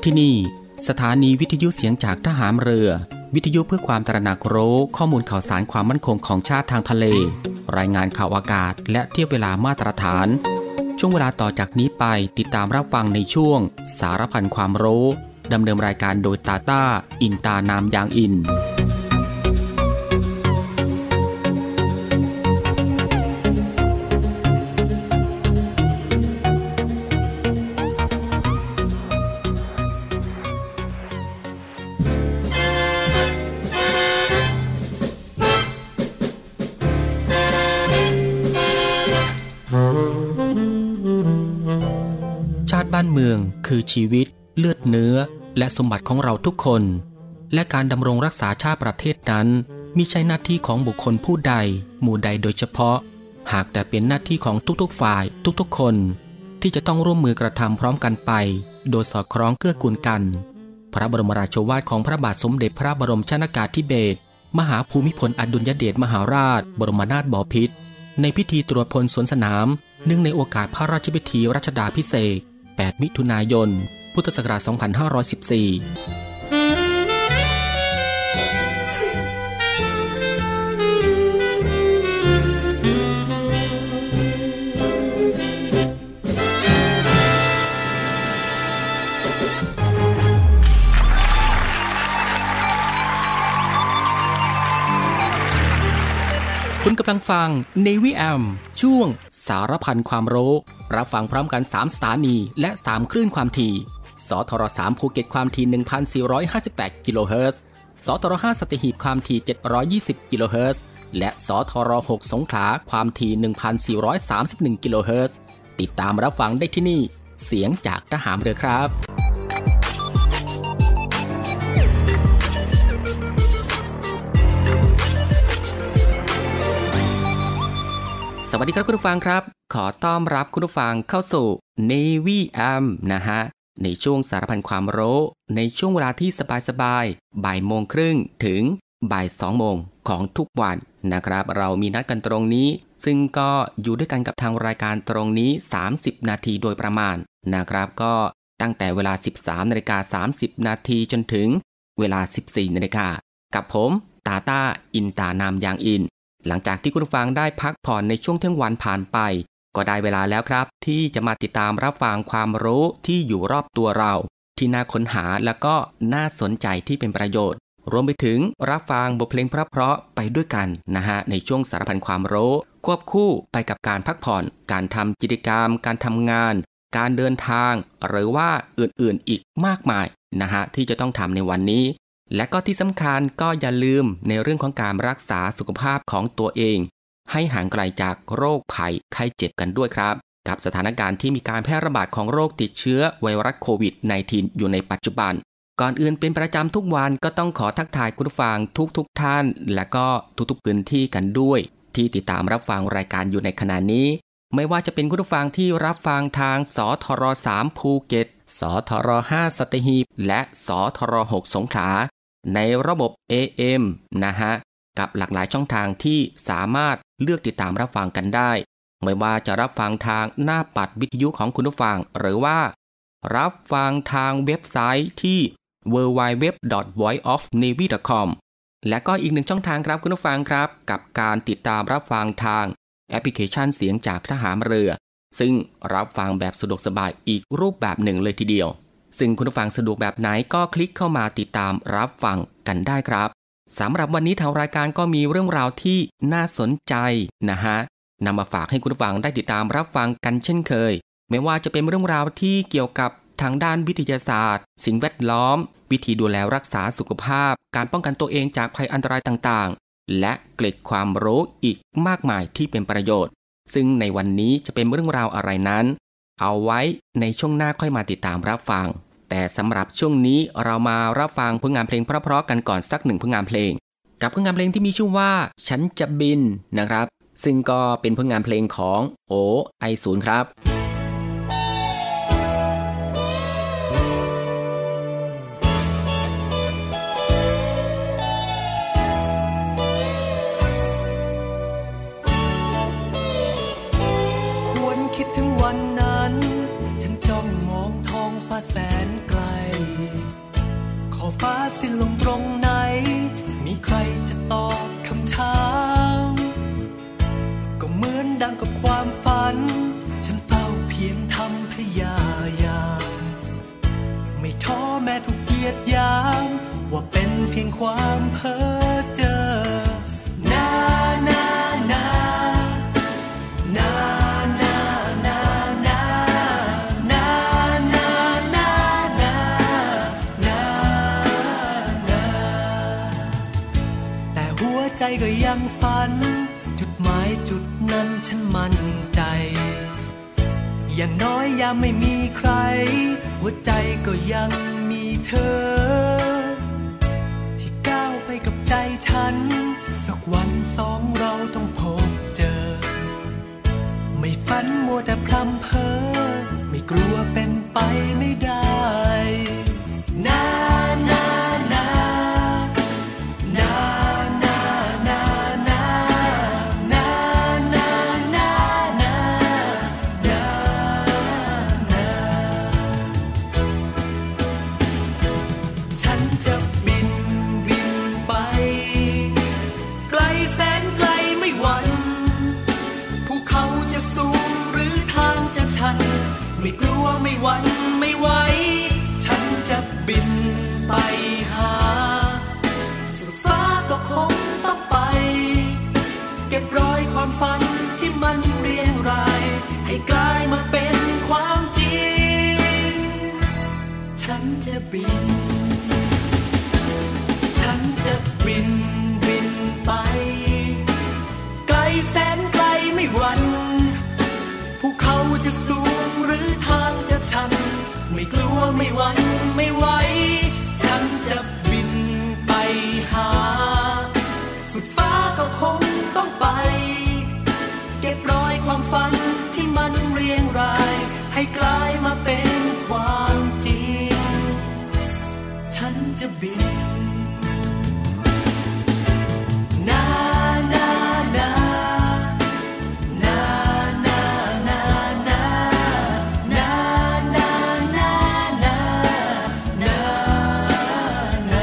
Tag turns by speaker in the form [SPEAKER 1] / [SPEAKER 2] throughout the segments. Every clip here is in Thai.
[SPEAKER 1] ที่นี่สถานีวิทยุเสียงจากทหารเรือวิทยุเพื่อความตระหนักรู้ข้อมูลข่าวสารความมั่นคงของชาติทางทะเลรายงานข่าวอากาศและเทียบเวลามาตรฐานช่วงเวลาต่อจากนี้ไปติดตามรับฟังในช่วงสารพันความรู้ดำเนินรายการโดยตาต้าอินตานามยางอินชาติบ้านเมืองคือชีวิตเลือดเนื้อและสมบัติของเราทุกคนและการดำรงรักษาชาติประเทศนั้นมิใช่หน้าที่ของบุคคลผู้ใดหมู่ใดโดยเฉพาะหากแต่เป็นหน้าที่ของทุกๆฝ่ายทุกๆคนที่จะต้องร่วมมือกระทำพร้อมกันไปโดยสอดคล้องเกื้อกูลกันพระบรมราโชวาทของพระบาทสมเด็จพระบรมชนกาธิเบศรมหาภูมิพลอดุลยเดชมหาราชบรมนาถบพิตรในพิธีตรวจพลสวนสนามเนื่องในโอกาสพระราชพิธีรัชดาภิเษก8 มิถุนายน พุทธศักราช 2514คุณกำลังฟัง Navy AM ช่วงสารพันความรู้รับฟังพร้อมกัน3สถานีและ3คลื่นความถี่สทร3ภูเก็ตความถี่ 1,458 กิโลเฮิรตซ์สทร5สัตหีบความถี่720 กิโลเฮิรตซ์และสทร6สงขลาความถี่ 1,431 กิโลเฮิรตซ์ติดตามรับฟังได้ที่นี่เสียงจากทหารเรือครับสวัสดีครับคุณผู้ฟังครับขอต้อนรับคุณผู้ฟังเข้าสู่ Navy AM นะฮะในช่วงสารพันความรู้ในช่วงเวลาที่สบายๆบ่ายโมงครึ่งถึงบ่าย2โมงของทุกวันนะครับเรามีนัดกันตรงนี้ซึ่งก็อยู่ด้วยกันกับทางรายการตรงนี้30นาทีโดยประมาณนะครับก็ตั้งแต่เวลา 13:30 นาทีจนถึงเวลา 14:00 นกับผมตาต้าอินตานามยางอินหลังจากที่คุณผู้ฟังได้พักผ่อนในช่วงเที่ยงวันผ่านไปก็ได้เวลาแล้วครับที่จะมาติดตามรับฟังความรู้ที่อยู่รอบตัวเราที่น่าค้นหาและก็น่าสนใจที่เป็นประโยชน์รวมไปถึงรับฟังบทเพลงเพราะๆไปด้วยกันนะฮะในช่วงสารพันความรู้ควบคู่ไปกับการพักผ่อนการทำกิจกรรมการทำงานการเดินทางหรือว่าอื่นๆอีกมากมายนะฮะที่จะต้องทำในวันนี้และก็ที่สำคัญก็อย่าลืมในเรื่องของการรักษาสุขภาพของตัวเองให้ห่างไกลจากโรคภัยไข้เจ็บกันด้วยครับกับสถานการณ์ที่มีการแพร่ระบาดของโรคติดเชื้อไวรัสโควิด -19 อยู่ในปัจจุบันก่อนอื่นเป็นประจำทุกวันก็ต้องขอทักทายคุณผู้ฟังทุกท่านและก็ทุกพื้นที่กันด้วยที่ติดตามรับฟังรายการอยู่ในขณะนี้ไม่ว่าจะเป็นคุณผู้ฟังที่รับฟังทางสทร3ภูเก็ตสทร5สัตหีบและสทร6สงขลาในระบบ AM นะฮะกับหลากหลายช่องทางที่สามารถเลือกติดตามรับฟังกันได้ไม่ว่าจะรับฟังทางหน้าปัดวิทยุของคุณผู้ฟังหรือว่ารับฟังทางเว็บไซต์ที่ www.voiceofnavy.com และก็อีกหนึ่งช่องทางครับคุณผู้ฟังครับกับการติดตามรับฟังทางแอปพลิเคชันเสียงจากทหารเรือซึ่งรับฟังแบบสะดวกสบายอีกรูปแบบหนึ่งเลยทีเดียวซึ่งคุณผู้ฟังสะดวกแบบไหนก็คลิกเข้ามาติดตามรับฟังกันได้ครับสำหรับวันนี้ทางรายการก็มีเรื่องราวที่น่าสนใจนะฮะนำมาฝากให้คุณผู้ฟังได้ติดตามรับฟังกันเช่นเคยไม่ว่าจะเป็นเรื่องราวที่เกี่ยวกับทางด้านวิทยาศาสตร์สิ่งแวดล้อมวิธีดูแลรักษาสุขภาพการป้องกันตัวเองจากภัยอันตรายต่างๆและเกร็ดความรู้อีกมากมายที่เป็นประโยชน์ซึ่งในวันนี้จะเป็นเรื่องราวอะไรนั้นเอาไว้ในช่วงหน้าค่อยมาติดตามรับฟังแต่สำหรับช่วงนี้เรามารับฟังผลงานเพลงเพราะๆกันก่อนสักหนึ่งผลงานเพลงกับผลงานเพลงที่มีชื่อว่าฉันจะบินนะครับซึ่งก็เป็นผลงานเพลงของโอไอศูนย์ครับ
[SPEAKER 2] ควรคิดถึงวันนั้นฉันจ้องมองท้องฟ้าแสนไกลอฟ้าสิ้นลงตรงไหนมีใครจะตอบคำถามก็เหมือนดังกับความฝันฉันเฝ้าเพียงทำพยายามไม่ท้อแม้ถูกเหยียดหยามว่าเป็นเพียงความเพ้อเจ้อนานานานานานานานานานานานาแต่หัวใจก็ยังฝันจุดหมายจุดนั้นฉันมั่นใจอย่างน้อยยามไม่มีใครหัวใจก็ยังมีเธอที่ก้าวไปกับใจฉันสักวันสองเราต้องพบเจอไม่ฝันมัวแต่พร่ำเพ้อไม่กลัวเป็นไปไม่ได้นานานานานานานานานานานานาฉันจะบินไปไกลแสนไกลไม่หวั่นภูเขาจะสูงหรือทางจะชันไม่กลัวไม่หวั่นไม่ไหวฉันจะบินไปหาสุดฟ้าก็คงต้องไปเก็บรอยความฝันที่มันเรียงรายให้กลายมาเป็นความจริงฉันจะบินฉันจะบินไปไกลแสนไกลไม่หวั่นภูเขาจะสูงหรือทางจะชันไม่กลัวไม่หวั่นไม่ไหวฉันจะบินไปหาสุดฟ้าก็คงต้องไปเก็บรอยความฝันที่มันเรียงรายให้กลายมาเป็นความจริงฉันจะบินนานานานานานานานานานานานา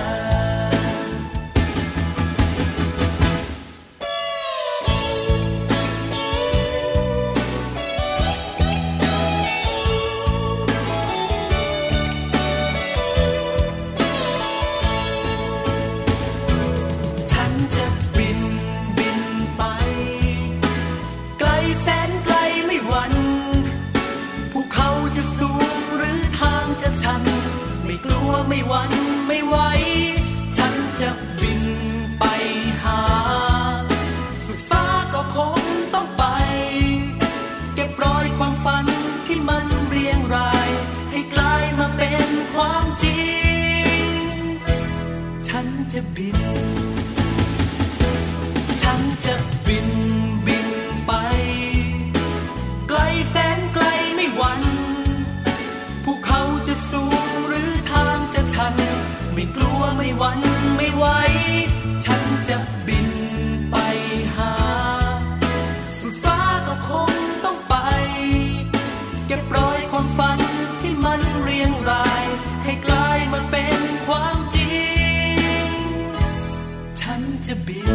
[SPEAKER 2] ฉันจะบินไปไกลแสนไกลไม่หวั่นภูเขาจะสูงหรือทางจะชันไม่กลัวไม่หวั่นไม่ไหวฉันจะบินไปหาสุดฟ้าก็คงต้องไปเก็บรอยความฝันที่มันเรียงรายให้กลายมาเป็นความจริงฉันจะบินฉันจะบินไปไกลแสนไกลไม่หวั่นภูเขาจะสูงหรือทางจะชันไม่กลัวไม่หวั่นไม่ไหวฉันจะบินไปหาสุดฟ้าก็คงต้องไปเก็บรอยความฝันที่มันเรียงรายให้กลายมาเป็นความจริงฉันจะบิน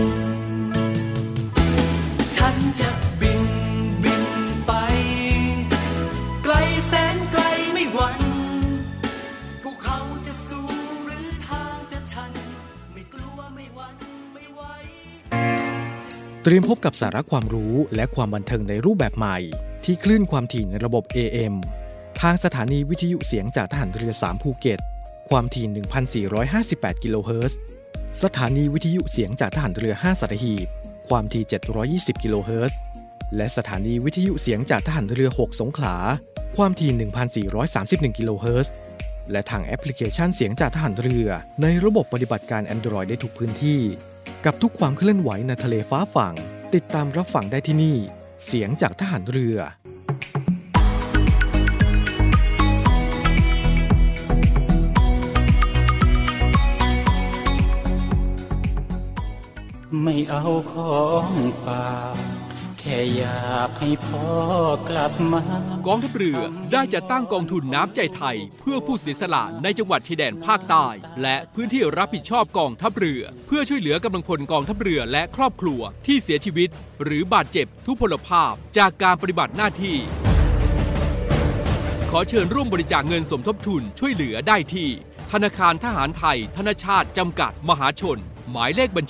[SPEAKER 2] ฉันจะบินไปไกลแสนไกลไม่หวั่นภูเขาจะสูงหรือทางจะชันไม่กลัวไม่หวั่นไม่ไหว
[SPEAKER 3] เตรียมพบกับสาระความรู้และความบันเทิงในรูปแบบใหม่ที่คลื่นความถี่ในระบบ AM ทางสถานีวิทยุเสียงจากทหารเรือ3ภูเก็ตความถี่ 1,458 กิโลเฮิรตซ์สถานีวิทยุเสียงจากทหารเรือ5สัตหีบความถี่720กิโลเฮิรตซ์และสถานีวิทยุเสียงจากทหารเรือ6สงขลาความถี่ 1,431 กิโลเฮิรตซ์และทางแอปพลิเคชันเสียงจากทหารเรือในระบบปฏิบัติการ Android ได้ทุกพื้นที่กับทุกความเคลื่อนไหวในทะเลฟ้าฝั่งติดตามรับฟังได้ที่นี่เสียงจากทหารเรือ
[SPEAKER 4] ไม่เอาของฝากแค่ค่อยากให้พ่อกลับมาก
[SPEAKER 5] องทัพเรือได้จัดตั้งกองทุนน้ำใจไทยเพื่อผู้เสียสละในจังหวัดชายแดนภาคใต้และพื้นที่รับผิดชอบกองทัพเรือเพื่อช่วยเหลือกำลังพลกองทัพเรือและครอบครัวที่เสียชีวิตหรือบาดเจ็บทุพพลภาพจากการปฏิบัติหน้าที่ขอเชิญร่วมบริจาคเงินสมทบทุนช่วยเหลือได้ที่ธนาคารทหารไทยธนชาติจำกัดมหาชนหมายเลขบัญชี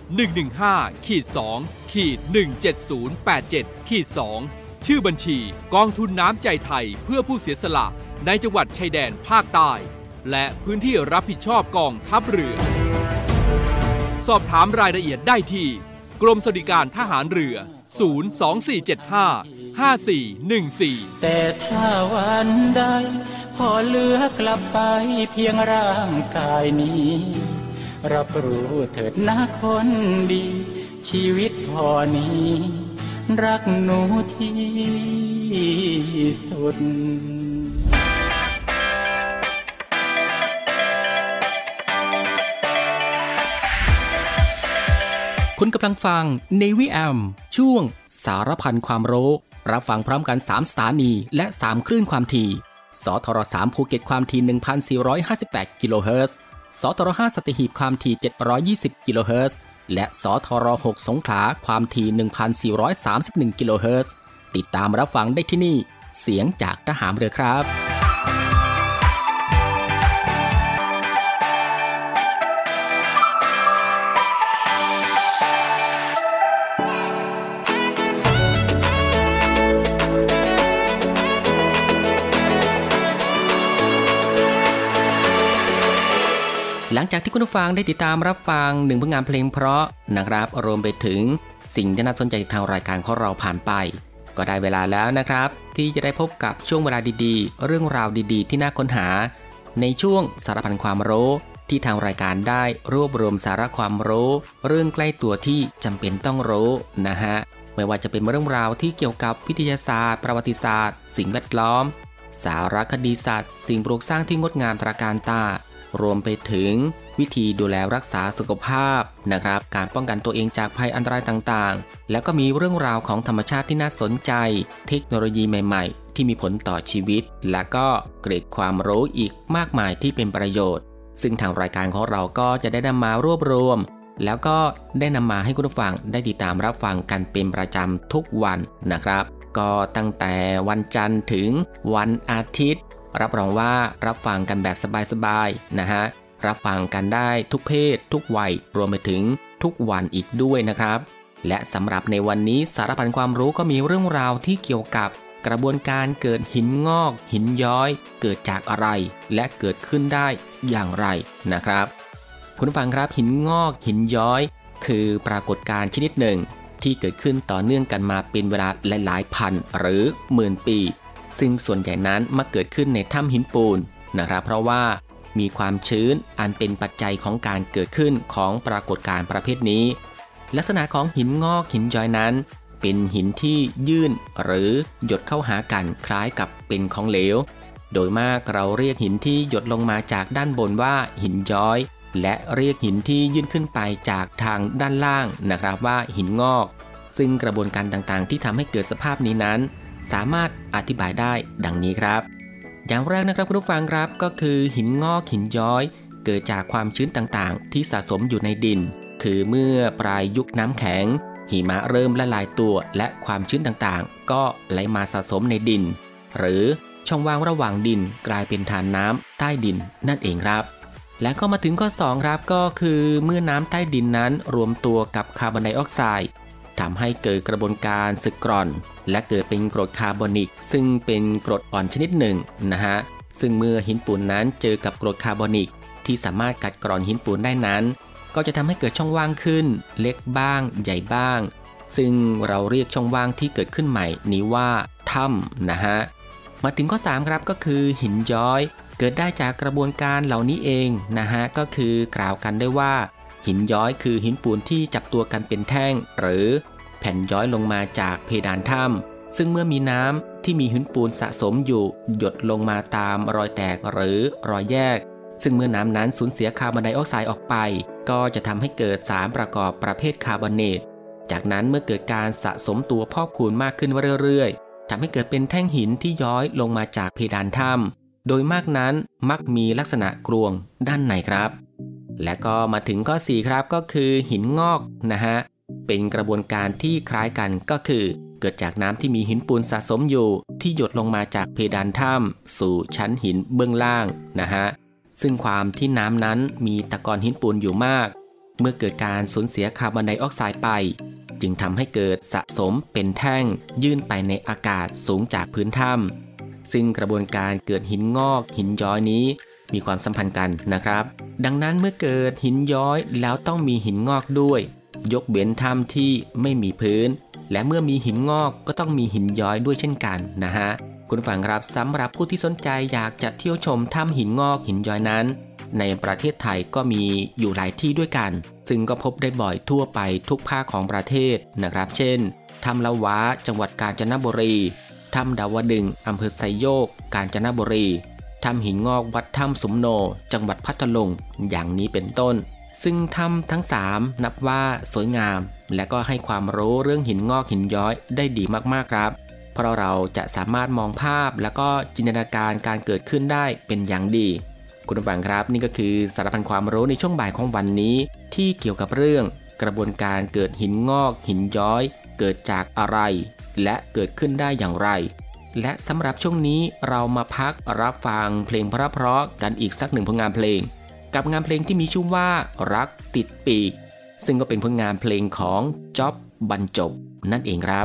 [SPEAKER 5] 115-2-17087-2 ชื่อบัญชีกองทุนน้ำใจไทยเพื่อผู้เสียสละในจังหวัดชายแดนภาคใต้และพื้นที่รับผิดชอบกองทัพเรือสอบถามรายละเอียดได้ที่กรมสวัสดิการทหารเรือ 024755414
[SPEAKER 4] แต่ถ้าวันใดพอเหลือกลับไปเพียงร่างกายนี้รับรู้เถิดนะคนดีชีวิตพอนี้รักหนูที่สุด
[SPEAKER 1] คุณกำลังฟัง Navy AM ช่วงสารพันความรู้รับฟังพร้อมกัน3สถานีและ3คลื่นความถี่สทร3ภูเก็ตความถี่ 1,458 กิโลเฮิรตซ์สทร5สัตหีบความถี่720กิโลเฮิรตซ์และสทร6สงขลาความถี่ 1,431 กิโลเฮิรตซ์ติดตามรับฟังได้ที่นี่เสียงจากทหารเรือครับ หลังจากที่คุณผู้ฟังได้ติดตามรับฟังหนึ่งผลงานเพลงเพราะนะครับรวมไปถึงสิ่งที่น่าสนใจทางรายการของเราผ่านไปก็ได้เวลาแล้วนะครับที่จะได้พบกับช่วงเวลาดีๆเรื่องราวดีๆที่น่าค้นหาในช่วงสารพันความรู้ที่ทางรายการได้รวบรวมสาระความรู้เรื่องใกล้ตัวที่จำเป็นต้องรู้นะฮะไม่ว่าจะเป็นเรื่องราวที่เกี่ยวกับวิทยาศาสตร์ประวัติศาสตร์สิ่งแวดล้อมสารคดีสัตว์สิ่งปลูกสร้างที่งดงามตระการตารวมไปถึงวิธีดูแลรักษาสุขภาพนะครับการป้องกันตัวเองจากภัยอันตรายต่างๆแล้วก็มีเรื่องราวของธรรมชาติที่น่าสนใจเทคโนโลยีใหม่ๆที่มีผลต่อชีวิตและก็เกร็ดความรู้อีกมากมายที่เป็นประโยชน์ซึ่งทางรายการของเราก็จะได้นำมารวบรวมแล้วก็ได้นำมาให้คุณผู้ฟังได้ติดตามรับฟังกันเป็นประจำทุกวันนะครับก็ตั้งแต่วันจันทร์ถึงวันอาทิตย์รับรองว่ารับฟังกันแบบสบายๆนะฮะรับฟังกันได้ทุกเพศทุกวัยรวมไปถึงทุกวันอีกด้วยนะครับและสำหรับในวันนี้สารพันความรู้ก็มีเรื่องราวที่เกี่ยวกับกระบวนการเกิดหินงอกหินย้อยเกิดจากอะไรและเกิดขึ้นได้อย่างไรนะครับคุณผู้ฟังครับหินงอกหินย้อยคือปรากฏการณ์ชนิดหนึ่งที่เกิดขึ้นต่อเนื่องกันมาเป็นเวลาหลายๆพันหรือหมื่นปีซึ่งส่วนใหญ่นั้นมักเกิดขึ้นในถ้ำหินปูนนะครับเพราะว่ามีความชื้นอันเป็นปัจจัยของการเกิดขึ้นของปรากฏการณ์ประเภทนี้ลักษณะของหินงอกหินย้อยนั้นเป็นหินที่ยื่นหรือหยดเข้าหากันคล้ายกับเป็นของเหลวโดยมากเราเรียกหินที่หยดลงมาจากด้านบนว่าหินย้อยและเรียกหินที่ยื่นขึ้นไปจากทางด้านล่างนะครับว่าหินงอกซึ่งกระบวนการต่างๆที่ทำให้เกิดสภาพนี้นั้นสามารถอธิบายได้ดังนี้ครับอย่างแรกนะครับคุณผู้ฟังครับก็คือหินงอกหินย้อยเกิดจากความชื้นต่างๆที่สะสมอยู่ในดินคือเมื่อปลายยุคน้ำแข็งหิมะเริ่มละลายตัวและความชื้นต่างๆก็ไหลมาสะสมในดินหรือช่องว่างระหว่างดินกลายเป็นทานน้ำใต้ดินนั่นเองครับและก็มาถึงข้อ2ครับก็คือเมื่อน้ำใต้ดินนั้นรวมตัวกับคาร์บอนไดออกไซด์ทำให้เกิดกระบวนการสึกกร่อนและเกิดเป็นกรดคาร์บอนิกซึ่งเป็นกรดอ่อนชนิดหนึ่งนะฮะซึ่งเมื่อหินปูนนั้นเจอกับกรดคาร์บอนิกที่สามารถกัดกร่อนหินปูนได้นั้นก็จะทำให้เกิดช่องว่างขึ้นเล็กบ้างใหญ่บ้างซึ่งเราเรียกช่องว่างที่เกิดขึ้นใหม่นี้ว่าถ้ำนะฮะมาถึงข้อ3ครับก็คือหินย้อยเกิดได้จากกระบวนการเหล่านี้เองนะฮะก็คือกล่าวกันได้ว่าหินย้อยคือหินปูนที่จับตัวกันเป็นแท่งหรือแผ่นย้อยลงมาจากเพดานถ้ำซึ่งเมื่อมีน้ำที่มีหินปูนสะสมอยู่หยดลงมาตามรอยแตกหรือรอยแยกซึ่งเมื่อน้ำนั้นสูญเสียคาร์บอนไดออกไซด์ออกไปก็จะทำให้เกิดสารประกอบประเภทคาร์บอเนตจากนั้นเมื่อเกิดการสะสมตัวพอกพูนมากขึ้นเรื่อยๆทำให้เกิดเป็นแท่งหินที่ย้อยลงมาจากเพดานถ้ำโดยมากนั้นมักมีลักษณะกรวงด้านในครับและก็มาถึงข้อ4ครับก็คือหินงอกนะฮะเป็นกระบวนการที่คล้ายกันก็คือเกิดจากน้ำที่มีหินปูนสะสมอยู่ที่หยดลงมาจากเพดานถ้ำสู่ชั้นหินเบื้องล่างนะฮะซึ่งความที่น้ำนั้นมีตะกอนหินปูนอยู่มากเมื่อเกิดการสูญเสียคาร์บอนไดออกไซด์ไปจึงทำให้เกิดสะสมเป็นแท่งยื่นไปในอากาศสูงจากพื้นถ้ำซึ่งกระบวนการเกิดหินงอกหินย้อยนี้มีความสัมพันธ์กันนะครับดังนั้นเมื่อเกิดหินย้อยแล้วต้องมีหินงอกด้วยยกเว้นถ้ำที่ไม่มีพื้นและเมื่อมีหินงอกก็ต้องมีหินย้อยด้วยเช่นกันนะฮะคุณฟังครับสำหรับผู้ที่สนใจอยากจะเที่ยวชมถ้ำหินงอกหินย้อยนั้นในประเทศไทยก็มีอยู่หลายที่ด้วยกันซึ่งก็พบได้บ่อยทั่วไปทุกภาคของประเทศนะครับเช่นถ้ำละวะจังหวัดกาญจนบุรีถ้ำดาวดึงอำเภอไซโยกกาญจนบุรีถ้ำหินงอกวัดถ้ำสุมโนจังหวัดพัทลุงอย่างนี้เป็นต้นซึ่งถ้ำทั้ง3นับว่าสวยงามและก็ให้ความรู้เรื่องหินงอกหินย้อยได้ดีมากๆครับเพราะเราจะสามารถมองภาพแล้วก็จินตนาการการเกิดขึ้นได้เป็นอย่างดีคุณผู้ฟังครับนี่ก็คือสารพันความรู้ในช่วงบ่ายของวันนี้ที่เกี่ยวกับเรื่องกระบวนการเกิดหินงอกหินย้อยเกิดจากอะไรและเกิดขึ้นได้อย่างไรและสำหรับช่วงนี้เรามาพักรับฟังเพลงเพราะๆกันอีกสักหนึ่งผลงานเพลงกับงานเพลงที่มีชื่อว่ารักติดปีกซึ่งก็เป็นผลงานเพลงของจ๊อบบรรจบนั่นเองครับ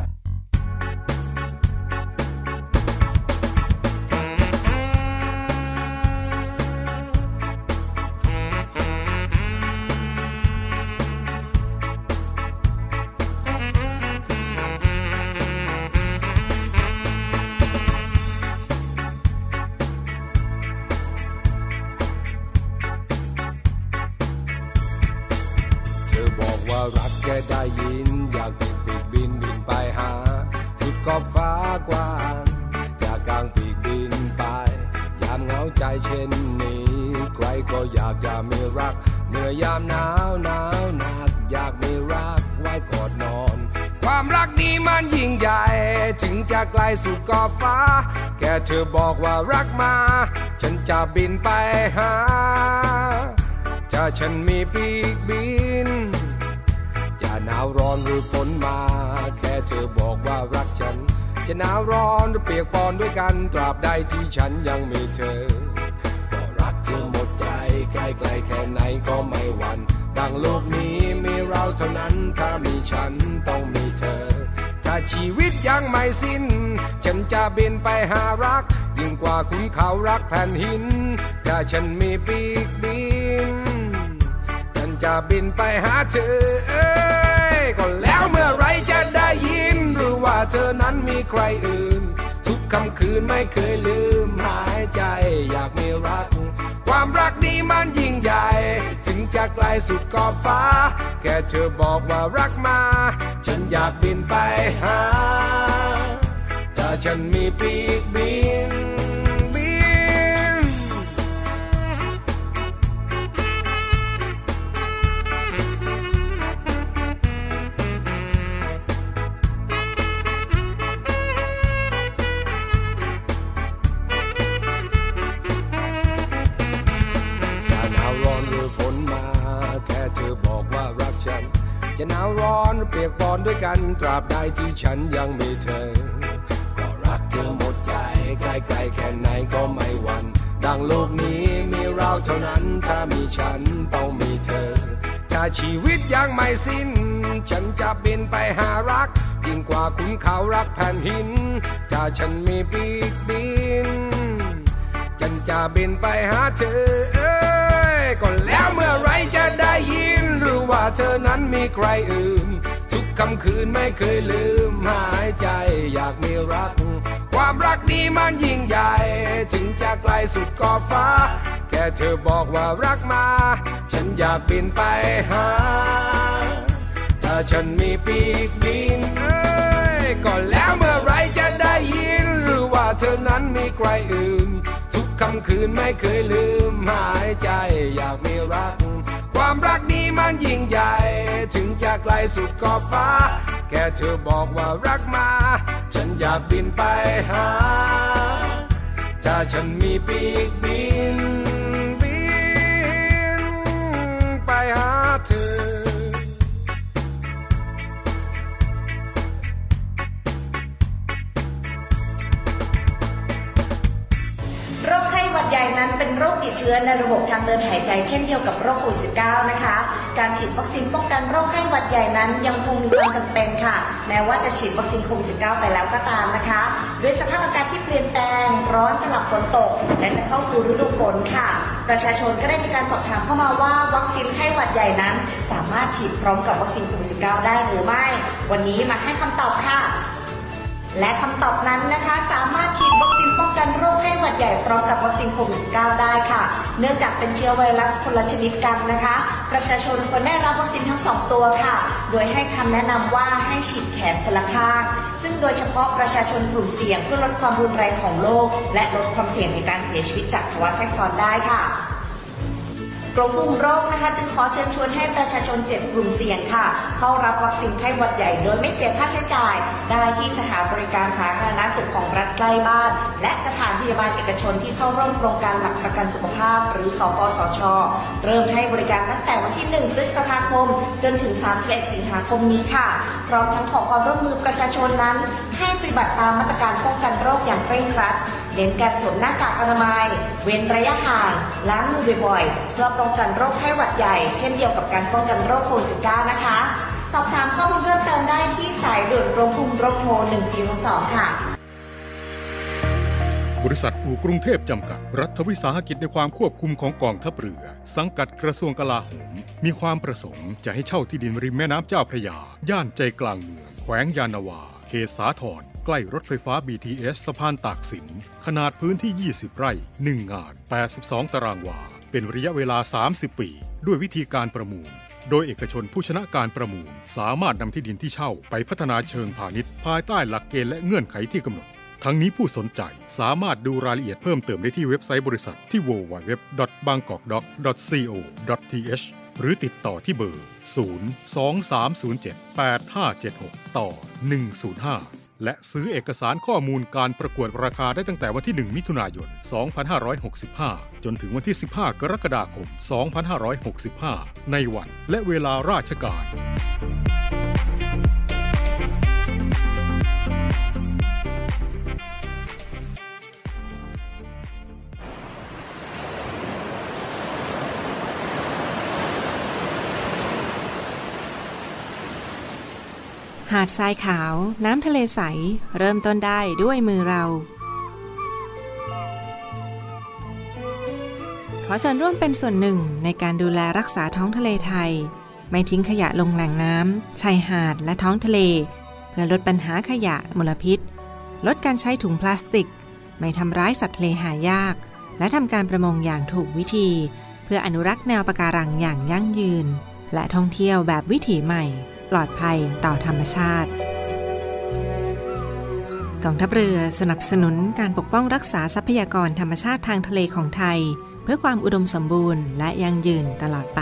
[SPEAKER 6] รักแกได้ยินอยากติดปีกบินไปหาสุดขอบฟ้ากว้างอยากกางปีกบินไปยามเหงาใจเช่นนี้ใครก็อยากจะมีรักเมื่อยามหนาวหนักอยากมีรักไว้กอดนอนความรักนี้มันยิ่งใหญ่ถึงจะไกลสุดขอบฟ้าแค่เธอบอกว่ารักมาฉันจะบินไปหาถ้าฉันมีปีกบินจะหนาวร้อนหรือฝนมาแค่เธอบอกว่ารักฉันจะหนาวร้อนหรือเปียกปอนด้วยกันตราบใดที่ฉันยังมีเธอก็รักเธอหมดใจใกล้ๆแค่ไหนก็ไม่หวั่นดังโลกนี้มีเราเท่านั้นถ้ามีฉันต้องมีเธอถ้าชีวิตยังไม่สิ้นฉันจะบินไปหารักยิ่งกว่าขุนเขารักแผ่นหินถ้าฉันมีปีกบินจะบินไปหาเธอก็แล้วเมื่อไรจะได้ยินหรือว่าเธอนั้นมีใครอื่นทุกค่ำคืนไม่เคยลืมหายใจอยากมีรักความรักนี้มันยิ่งใหญ่ถึงจะไกลสุดขอบฟ้าแค่เธอบอกว่ารักมาฉันอยากบินไปหาถ้าฉันมีปีกบินจะหนาวร้อนหรือเปียกปอนด้วยกันตราบใดที่ฉันยังมีเธอก็รักเธอหมดใจใกล้ๆแค่ไหนก็ไม่หวั่นดังโลกนี้มีเราเท่านั้นถ้ามีฉันต้องมีเธอถ้าชีวิตยังไม่สิ้นฉันจะบินไปหารักยิ่งกว่าขุนเขารักแผ่นหินถ้าฉันมีปีกบินฉันจะบินไปหาเธอก็แล้วเมื่อไรจะได้ยินหรือว่าเธอนั้นมีใครอื่นทุกค่ำคืนไม่เคยลืมหายใจอยากมีรักความรักนี้มันยิ่งใหญ่ถึงจะไกลสุดขอบฟ้าแค่เธอบอกว่ารักมาฉันอยากบินไปหาถ้าฉันมีปีกบินก็แล้วเมื่อไรจะได้ยินหรือว่าเธอนั้นมีใครอื่นทุกค่ำคืนไม่เคยลืมหายใจอยากมีรักความรักนี้มันยิ่งใหญ่ถึงจะไกลสุดขอบฟ้าแค่เธอบอกว่ารักมาฉันอยากบินไปหาถ้าฉันมีปีกบินไปหาเธอ
[SPEAKER 7] โรคไข้หวัดใหญ่นั้นเป็นโรคติดเชื้อในระบบทางเดินหายใจเช่นเดียวกับโรคโควิด -19 นะคะการฉีดวัคซีนป้องกันโรคไข้หวัดใหญ่นั้นยังคงมีความจำเป็นค่ะแม้ว่าจะฉีดวัคซีนโควิด -19 ไปแล้วก็ตามนะคะด้วยสภาพอากาศที่เปลี่ยนแปลงร้อนสลับฝนตกและจะเข้าสู่ฤดูฝนค่ะประชาชนก็ได้มีการสอบถามเข้ามาว่าวัคซีนไข้หวัดใหญ่นั้นสามารถฉีดพร้อมกับวัคซีนโควิด -19 ได้หรือไม่วันนี้มาให้คำตอบค่ะและคำตอบนั้นนะคะสามารถฉีดวัคซีนป้องกันโรคไข้หวัดใหญ่พร้อมกับวัคซีนโควิด -19 ได้ค่ะเนื่องจากเป็นเชื้อไวรัสคนละชนิดกันนะคะประชาชนควรได้รับวัคซีนทั้ง2ตัวค่ะโดยให้คำแนะนำว่าให้ฉีดแขนคนละข้างซึ่งโดยเฉพาะประชาชนกลุ่มเสี่ยงเพื่อลดความรุนแรงของโรคและลดความเสี่ยงในการเสียชีวิตจากภาวะแทรกซ้อนได้ค่ะกรมควบคุมโรคนะคะจึงขอเชิญชวนให้ประชาชน7กลุ่มเสี่ยงค่ะเข้ารับวัคซีนไข้หวัดใหญ่โดยไม่เสียค่าใช้จ่ายได้ที่สถานบริการสาธารณสุขของรัฐใกล้บ้านและสถานพยาบาลเอกชนที่เข้าร่วมโครงการหลักประกันสุขภาพหรือสปสช.เริ่มให้บริการตั้งแต่วันที่1พฤษภาคมจนถึง31สิงหาคมนี้ค่ะพร้อมทั้งขอความร่วมมือประชาชนนั้นให้ปฏิบัติตามมาตรการป้องกันโรคอย่างเคร่งครัดเน้นการสวมหน้ากากอนามัยเว้นระยะห่างล้างมือบ่อยๆเพื่อป้องกันโรคไข้หวัดใหญ่เช่นเดียวกับการป้องกันโรคโควิด -19 นะคะสอบถามข้อมูลเพิ่มเติมได้ที่สายด่วนกรมควบคุมโรคโทร1422ค่ะ
[SPEAKER 8] บริษัทอู่กรุงเทพจำกัดรัฐวิสาหกิจในความควบคุมของกองทัพเรือสังกัดกระทรวงกลาโหมมีความประสงค์จะให้เช่าที่ดินริมแม่น้ำเจ้าพระยาย่านใจกลางเมืองแขวงยานนาวาเขตสาทรใกล้รถไฟฟ้า BTS สะพานตากสินขนาดพื้นที่20 ไร่1งาน82ตารางวาเป็นระยะเวลา30 ปีด้วยวิธีการประมูลโดยเอกชนผู้ชนะการประมูลสามารถนำที่ดินที่เช่าไปพัฒนาเชิงพาณิชย์ภายใต้หลักเกณฑ์และเงื่อนไขที่กำหนดทั้งนี้ผู้สนใจสามารถดูรายละเอียดเพิ่มเติมได้ที่เว็บไซต์บริษัทที่ www.bangkokdock.co.th หรือติดต่อที่เบอร์ 023078576 ต่อ 105 และซื้อเอกสารข้อมูลการประกวดราคาได้ตั้งแต่วันที่ 1 มิถุนายน 2565 จนถึงวันที่ 15 กรกฎาคม 2565 ในวันและเวลาราชการ
[SPEAKER 9] หาดทรายขาวน้ำทะเลใสเริ่มต้นได้ด้วยมือเราขอเชิญร่วมเป็นส่วนหนึ่งในการดูแลรักษาท้องทะเลไทยไม่ทิ้งขยะลงแหล่งน้ำชายหาดและท้องทะเลเพื่อลดปัญหาขยะมลพิษลดการใช้ถุงพลาสติกไม่ทำร้ายสัตว์ทะเลหายากและทำการประมงอย่างถูกวิธีเพื่ออนุรักษ์แนวปะการังอย่างยั่งยืนและท่องเที่ยวแบบวิถีใหม่ปลอดภัยต่อธรรมชาติกองทัพเรือสนับสนุนการปกป้องรักษาทรัพยากรธรรมชาติทางทะเลของไทยเพื่อความอุดมสมบูรณ์และยั่งยืนตลอดไป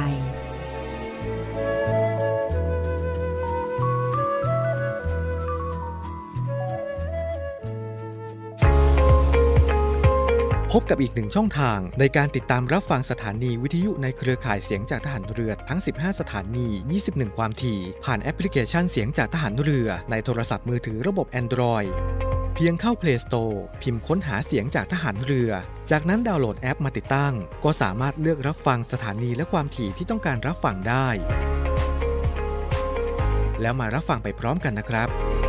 [SPEAKER 3] พบกับอีกหนึ่งช่องทางในการติดตามรับฟังสถานีวิทยุในเครือข่ายเสียงจากทหารเรือทั้ง15สถานี21ความถี่ผ่านแอปพลิเคชันเสียงจากทหารเรือในโทรศัพท์มือถือระบบ Android เพียงเข้า Play Store พิมพ์ค้นหาเสียงจากทหารเรือจากนั้นดาวน์โหลดแอปมาติดตั้งก็สามารถเลือกรับฟังสถานีและความถี่ที่ต้องการรับฟังได้แล้วมารับฟังไปพร้อมกันนะครับ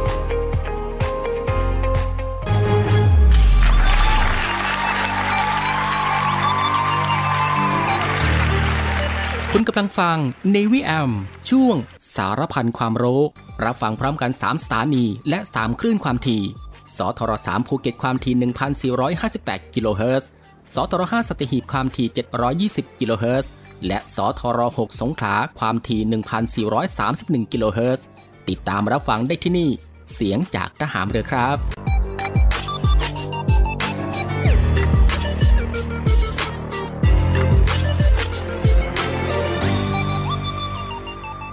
[SPEAKER 1] คุณกำลังฟัง Navy AM ช่วงสารพันความรู้รับฟังพร้อมกัน3สถานีและ3คลื่นความถี่สทร3ภูเก็ตความถี่ 1,458 กิโลเฮิรตซ์สทร5สัตหีบความถี่720กิโลเฮิรตซ์และสทร6สงขลาความถี่ 1,431 กิโลเฮิรตซ์ติดตามรับฟังได้ที่นี่เสียงจากทหารเรือครับ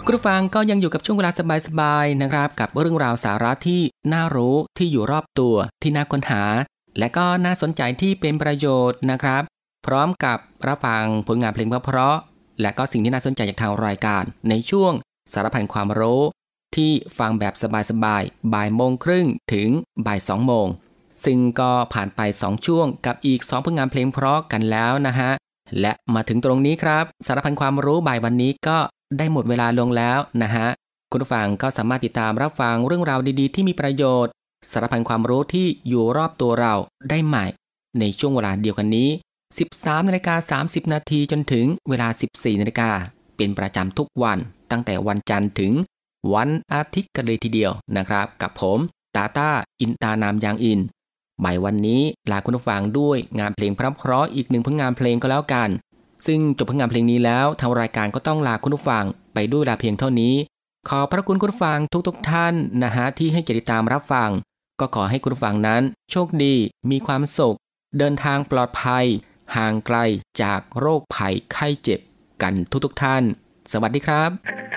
[SPEAKER 1] คุณผู้ฟังก็ยังอยู่กับช่วงเวลาสบายๆนะครับกับเรื่องราวสาระที่น่ารู้ที่อยู่รอบตัวที่น่าค้นหาและก็น่าสนใจที่เป็นประโยชน์นะครับพร้อมกับรับฟังผลงานเพลงเพราะๆและก็สิ่งที่น่าสนใจจากทางรายการในช่วงสารพันความรู้ที่ฟังแบบสบายๆบ่ายโมงครึ่งถึงบ่าย2โมงซึ่งก็ผ่านไป2ช่วงกับอีก2ผลงานเพลงเพราะกันแล้วนะฮะและมาถึงตรงนี้ครับสารพันความรู้บ่ายวันนี้ก็ได้หมดเวลาลงแล้วนะฮะคุณผู้ฟังก็สามารถติดตามรับฟังเรื่องราวดีๆที่มีประโยชน์สารพันความรู้ที่อยู่รอบตัวเราได้ใหม่ในช่วงเวลาเดียวกันนี้ 13:30 นาทีจนถึงเวลา 14 นาฬิกาเป็นประจำทุกวันตั้งแต่วันจันทร์ถึงวันอาทิตย์กันเลยทีเดียวนะครับกับผมตาต้าอินตานามยางอินบ่ายวันนี้ลาคุณผู้ฟังด้วยงานเพลงเพราะๆอีก1ผลงานเพลงก็แล้วกันซึ่งจบผลงานเพลงนี้แล้วทางรายการก็ต้องลาคุณผู้ฟังไปด้วยเวลาเพียงเท่านี้ขอพระคุณคุณผู้ฟังทุกท่านนะฮะที่ให้เกียรติตามรับฟังก็ขอให้คุณผู้ฟังนั้นโชคดีมีความสุขเดินทางปลอดภัยห่างไกลจากโรคภัยไข้เจ็บกันทุกท่านสวัสดีครับ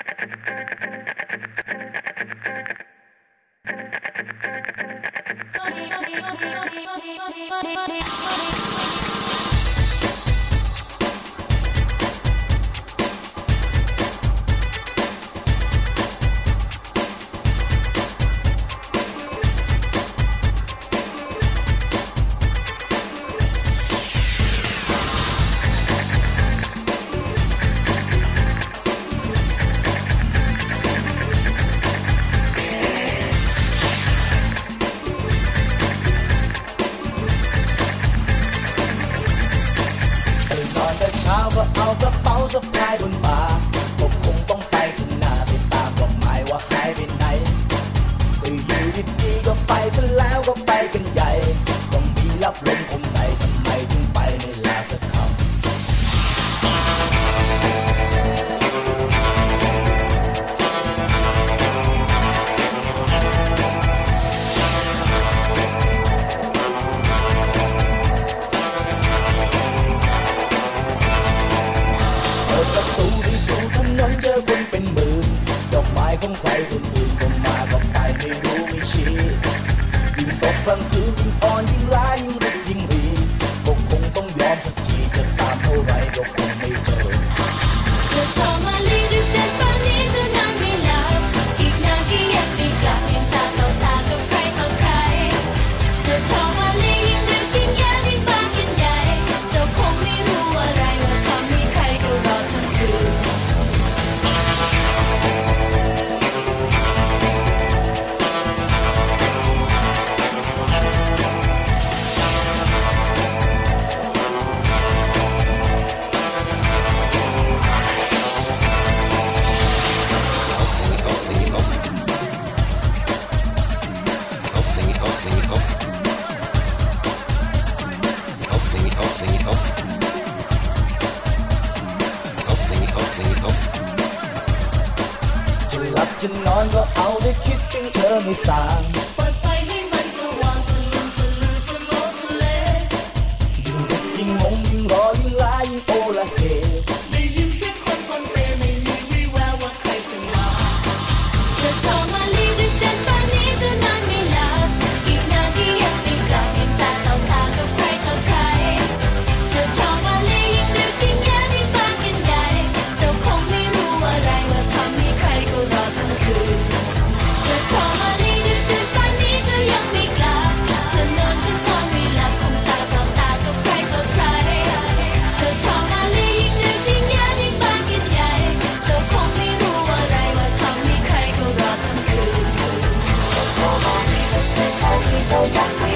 [SPEAKER 2] เอากระเป๋าสะพายบนบ่าก็คงต้องไปข้างหน้าไปตามบอกหมายว่าหายไปไหนก็อยู่ดีๆก็ไปซะแล้วก็ไปกันใหญ่ต้องมีรับลมคงไหนทำไมถึงไปไม่ลาสักคำเจอคนเป็นหมื่นดอกไม้ของใครคนอื่นก็มาก็ไปไม่รู้ไม่ชี้ยิ่งตกกลางคืนยิ่งอ่อนยิ่งล้ายิ่งรุดยิ่งรีก็คงต้องยอมสักทีจะตามเท่าไรก็คงไม่เจอเธอชอบมาลีดึกเดินป่านนี้จะนอนไม่หลับอีกนานก็ยังไม่กลับยังตาต่อตากับใครต่อใครเธอชอบมาลียิ่งดึกยิ่งแย่ยิ่งบางยิ่งใหญ่เจ้าคงไม่รู้อะไรว่าทำให้ใครก็รอทั้งคืนจะนอนก็เอาได้คิดถึงเธอไม่สางเปิดไฟให้มันสว่างสลืมสลือสโลสเลยิ่งดึกยิ่งงงยิ่งรอยิ่งลายิ่งโอละเฮได้ยินเสียงคนบนเปรไม่มีวี่แววว่าใครจะมาเธอชอบมาลีดึกเดินป่านนี้จะนอนไม่หลับอีกนานที่ยังไม่กลับยังตาต่อตากับใครต่อใครเธอชอบมาลียิ่งดึกยิ่งแย่ยิ่งบางยิ่งใหญ่เจ้าคงไม่รู้อะไรว่าทำให้ใครก็รอทั้งคืนเธอชอบมาลีดึกดึกป่านนี้จะยังไม่กลับจะนอนก็นอนไม่หลับคงตาต่อตากับใครต่อใครเธอชอบมาลียิ่งดึกยิ่งแย่ยิ่งบางยิ่งใหญ่เจ้าคงไม่รู้อะไรว่าทำให้ใครก็รอทั้งคืน